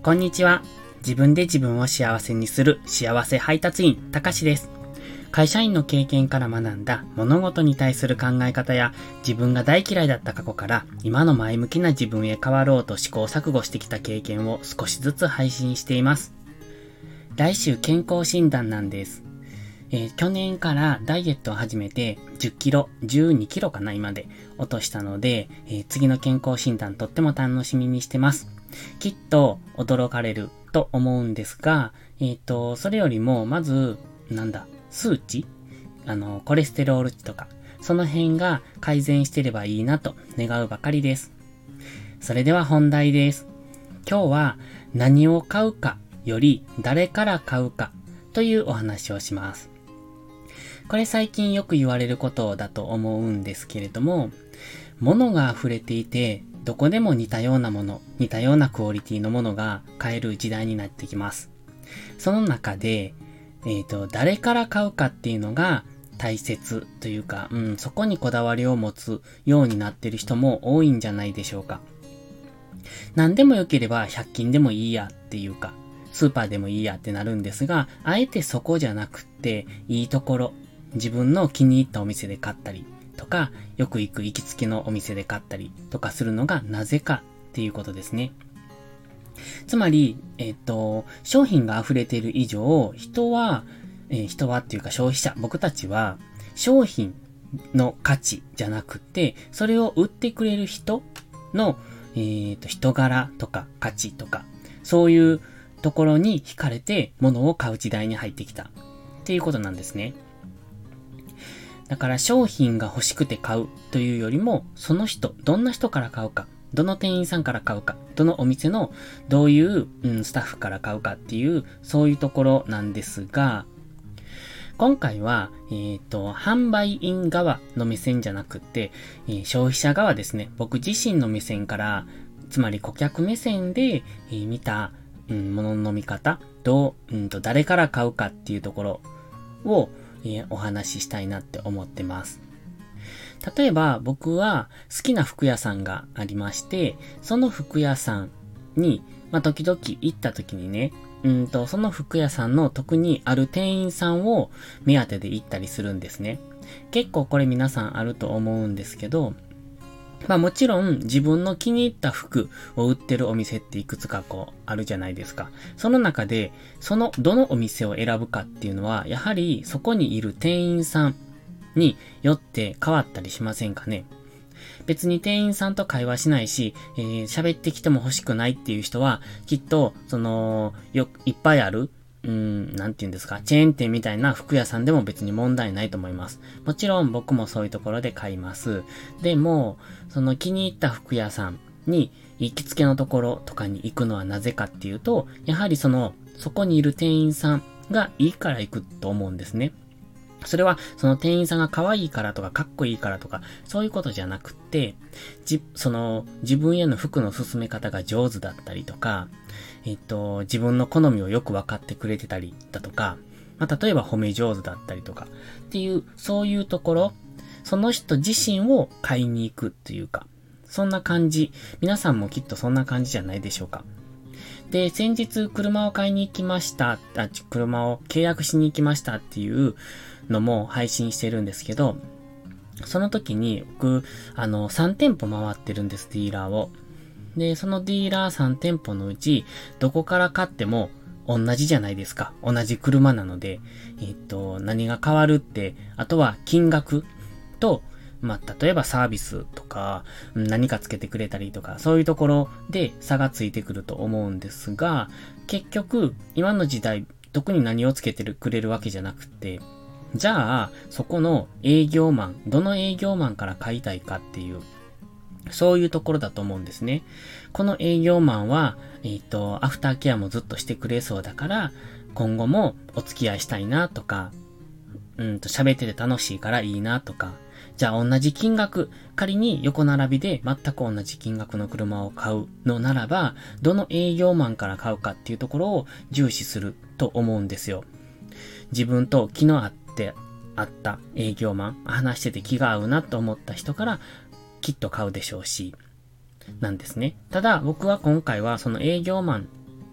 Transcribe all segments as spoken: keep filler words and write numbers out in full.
こんにちは。自分で自分を幸せにする幸せ配達員、たかしです。会社員の経験から学んだ物事に対する考え方や自分が大嫌いだった過去から今の前向きな自分へ変わろうと試行錯誤してきた経験を少しずつ配信しています。来週健康診断なんです。えー、去年からダイエットを始めてじゅっキロ、じゅうにキロかな今で落としたので、えー、次の健康診断とっても楽しみにしてます。きっと驚かれると思うんですが、えっと、それよりもまず、なんだ、数値あの、コレステロール値とか、その辺が改善してればいいなと願うばかりです。それでは本題です。今日は何を買うかより誰から買うかというお話をします。これ最近よく言われることだと思うんですけれども、物が溢れていて、どこでも似たようなもの、似たようなクオリティのものが買える時代になってきます。その中で、えっと、誰から買うかっていうのが大切というか、うん、そこにこだわりを持つようになってる人も多いんじゃないでしょうか。何でもよければひゃく均でもいいやっていうか、スーパーでもいいやってなるんですが、あえてそこじゃなくって、いいところ、自分の気に入ったお店で買ったりとか、よく行く行きつけのお店で買ったりとかするのがなぜかっていうことですね。つまり、えっと、商品が溢れている以上、人は、えー、人はっていうか消費者、僕たちは商品の価値じゃなくて、それを売ってくれる人の、えっと、人柄とか価値とか、そういうところに惹かれて物を買う時代に入ってきたっていうことなんですね。だから商品が欲しくて買うというよりも、その人、どんな人から買うか、どの店員さんから買うか、どのお店のどういう、うん、スタッフから買うかっていう、そういうところなんですが、今回は、えっと、販売員側の目線じゃなくて、えー、消費者側ですね。僕自身の目線から、つまり顧客目線で、えー、見た、うん、物の見方、どう、うんと、誰から買うかっていうところを、えー、お話ししたいなって思ってます。例えば僕は好きな服屋さんがありまして、その服屋さんに、まあ、時々行った時にね、うんと、その服屋さんの特にある店員さんを目当てで行ったりするんですね。結構これ皆さんあると思うんですけど、まあもちろん自分の気に入った服を売ってるお店っていくつかこうあるじゃないですか。その中で、そのどのお店を選ぶかっていうのは、やはりそこにいる店員さんによって変わったりしませんかね。別に店員さんと会話しないし、えー、喋ってきても欲しくないっていう人は、きっと、その、よ、いっぱいある、うーん、なんて言うんですか、チェーン店みたいな服屋さんでも別に問題ないと思います。もちろん僕もそういうところで買います。でも、その気に入った服屋さんに行きつけのところとかに行くのはなぜかっていうと、やはりその、そこにいる店員さんがいいから行くと思うんですね。それは、その店員さんが可愛いからとか、かっこいいからとか、そういうことじゃなくって、じ、その、自分への服の進め方が上手だったりとか、えっと、自分の好みをよく分かってくれてたりだとか、まあ、例えば褒め上手だったりとか、っていう、そういうところ、その人自身を買いに行くっていうか、そんな感じ、皆さんもきっとそんな感じじゃないでしょうか。で、先日車を買いに行きました、あ、車を契約しに行きましたっていうのも配信してるんですけど、その時に僕、あの、さん店舗回ってるんです、ディーラーを。で、そのディーラーさん店舗のうち、どこから買っても同じじゃないですか。同じ車なので、えっと、何が変わるって、あとは金額と、まあ、例えばサービスとか、何かつけてくれたりとか、そういうところで差がついてくると思うんですが、結局、今の時代、特に何をつけてくれるわけじゃなくて、じゃあ、そこの営業マン、どの営業マンから買いたいかっていう、そういうところだと思うんですね。この営業マンは、えっと、アフターケアもずっとしてくれそうだから、今後もお付き合いしたいなとか、うんと喋ってて楽しいからいいなとか、じゃあ同じ金額、仮に横並びで全く同じ金額の車を買うのならば、どの営業マンから買うかっていうところを重視すると思うんですよ。自分と気の合ってあった営業マン、話してて気が合うなと思った人からきっと買うでしょうし、なんですね。ただ僕は今回はその営業マン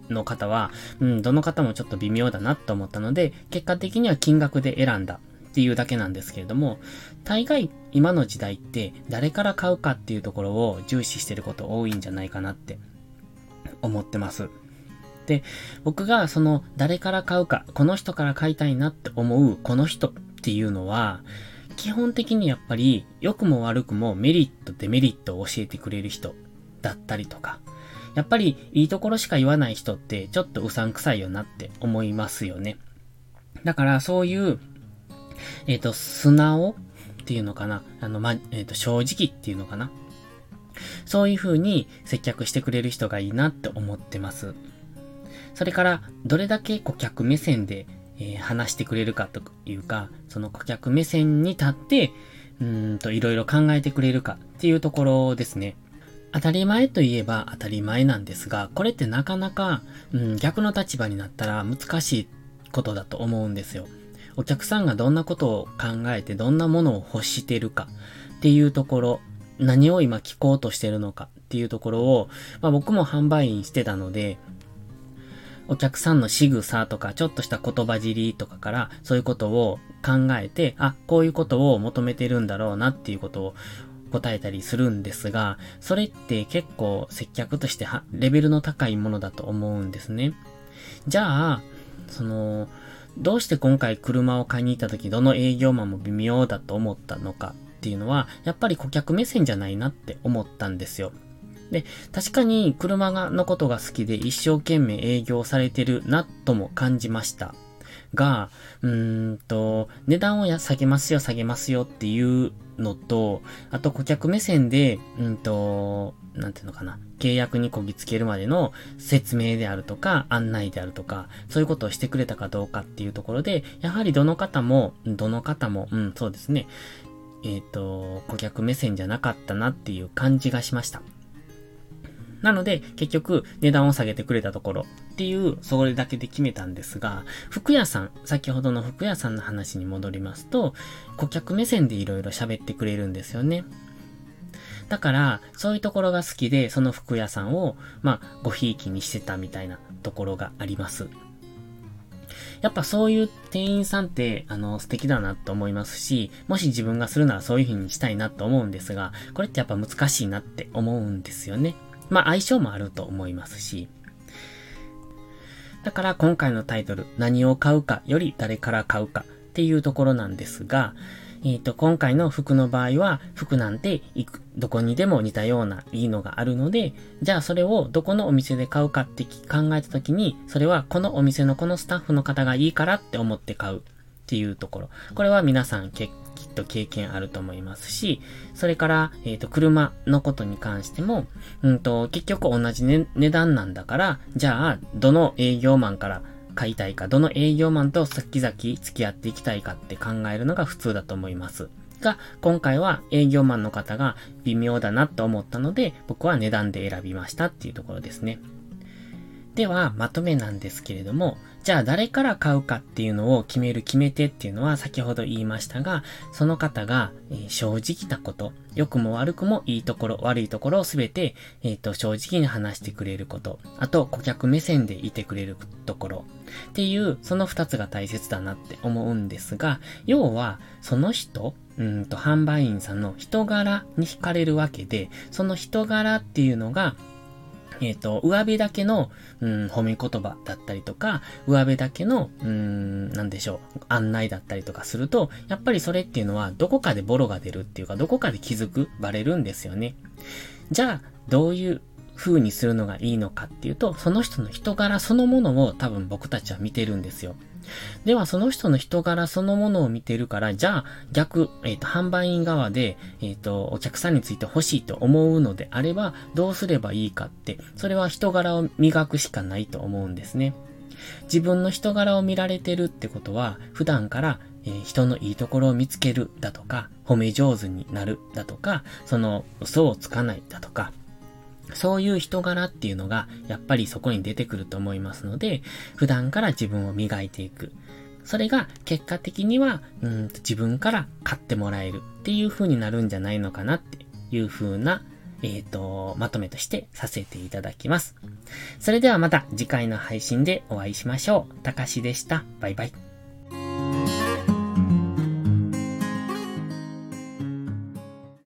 の方は、うん、どの方もちょっと微妙だなと思ったので、結果的には金額で選んだっていうだけなんですけれども、大概今の時代って誰から買うかっていうところを重視してること多いんじゃないかなって思ってます。で、僕がその誰から買うか、この人から買いたいなって思うこの人っていうのは、基本的にやっぱり良くも悪くもメリットデメリットを教えてくれる人だったりとか、やっぱりいいところしか言わない人ってちょっとうさんくさいよなって思いますよね。だからそういう、えっと、素直っていうのかな、あの、ま、えっと、正直っていうのかな。そういう風に接客してくれる人がいいなって思ってます。それから、どれだけ顧客目線で、えー、話してくれるかというか、その顧客目線に立って、うーんといろいろ考えてくれるかっていうところですね。当たり前といえば当たり前なんですが、これってなかなか、うん、逆の立場になったら難しいことだと思うんですよ。お客さんがどんなことを考えてどんなものを欲しているかっていうところ、何を今聞こうとしてるのかっていうところを、まあ僕も販売員してたので、お客さんの仕草とかちょっとした言葉尻とかからそういうことを考えて、あ、こういうことを求めてるんだろうなっていうことを答えたりするんですが、それって結構接客としてはレベルの高いものだと思うんですね。じゃあ、その、どうして今回車を買いに行った時どの営業マンも微妙だと思ったのかっていうのは、やっぱり顧客目線じゃないなって思ったんですよ。で、確かに車がのことが好きで一生懸命営業されてるなとも感じました。が、うーんと、値段をや下げますよ下げますよっていうのと、あと顧客目線で、うんと、なんていうのかな、契約にこぎつけるまでの説明であるとか、案内であるとか、そういうことをしてくれたかどうかっていうところで、やはりどの方も、どの方も、うん、そうですね、えっと、顧客目線じゃなかったなっていう感じがしました。なので、結局、値段を下げてくれたところっていう、それだけで決めたんですが、服屋さん、先ほどの服屋さんの話に戻りますと、顧客目線でいろいろ喋ってくれるんですよね。だから、そういうところが好きで、その服屋さんを、まあ、ごひいきにしてたみたいなところがあります。やっぱそういう店員さんって、あの、素敵だなと思いますし、もし自分がするならそういう風にしたいなと思うんですが、これってやっぱ難しいなって思うんですよね。まあ相性もあると思いますし。だから今回のタイトル、何を買うかより誰から買うかっていうところなんですが、えっと、今回の服の場合は、服なんていく、どこにでも似たようないいのがあるので、じゃあそれをどこのお店で買うかって考えたときに、それはこのお店のこのスタッフの方がいいからって思って買うっていうところ。これは皆さん結きっと経験あると思いますし、それから、えっと、車のことに関しても、うんと、結局同じ、ね、値段なんだから、じゃあ、どの営業マンから買いたいか、どの営業マンと先々付き合っていきたいかって考えるのが普通だと思います。が、今回は営業マンの方が微妙だなと思ったので、僕は値段で選びましたっていうところですね。では、まとめなんですけれども、じゃあ誰から買うかっていうのを決める決め手っていうのは先ほど言いましたが、その方が、えー、正直なこと、良くも悪くもいいところ、悪いところをすべて、えっと、正直に話してくれること、あと顧客目線でいてくれるところっていう、その二つが大切だなって思うんですが、要は、その人、うんと、販売員さんの人柄に惹かれるわけで、その人柄っていうのが、えっと、上辺だけの、うん、褒め言葉だったりとか、上辺だけの、うーん、なんでしょう、案内だったりとかすると、やっぱりそれっていうのは、どこかでボロが出るっていうか、どこかで気づく、バレるんですよね。じゃあ、どういう風にするのがいいのかっていうと、その人の人柄そのものを多分僕たちは見てるんですよ。では、その人の人柄そのものを見てるから、じゃあ、逆、えっと、販売員側で、えっと、お客さんについて欲しいと思うのであれば、どうすればいいかって、それは人柄を磨くしかないと思うんですね。自分の人柄を見られてるってことは、普段から、えー、人のいいところを見つけるだとか、褒め上手になるだとか、その、嘘をつかないだとか、そういう人柄っていうのが、やっぱりそこに出てくると思いますので、普段から自分を磨いていく。それが結果的には、うん自分から買ってもらえるっていう風になるんじゃないのかなっていう風な、 えっと、まとめとしてさせていただきます。それではまた次回の配信でお会いしましょう。たかしでした。バイバイ。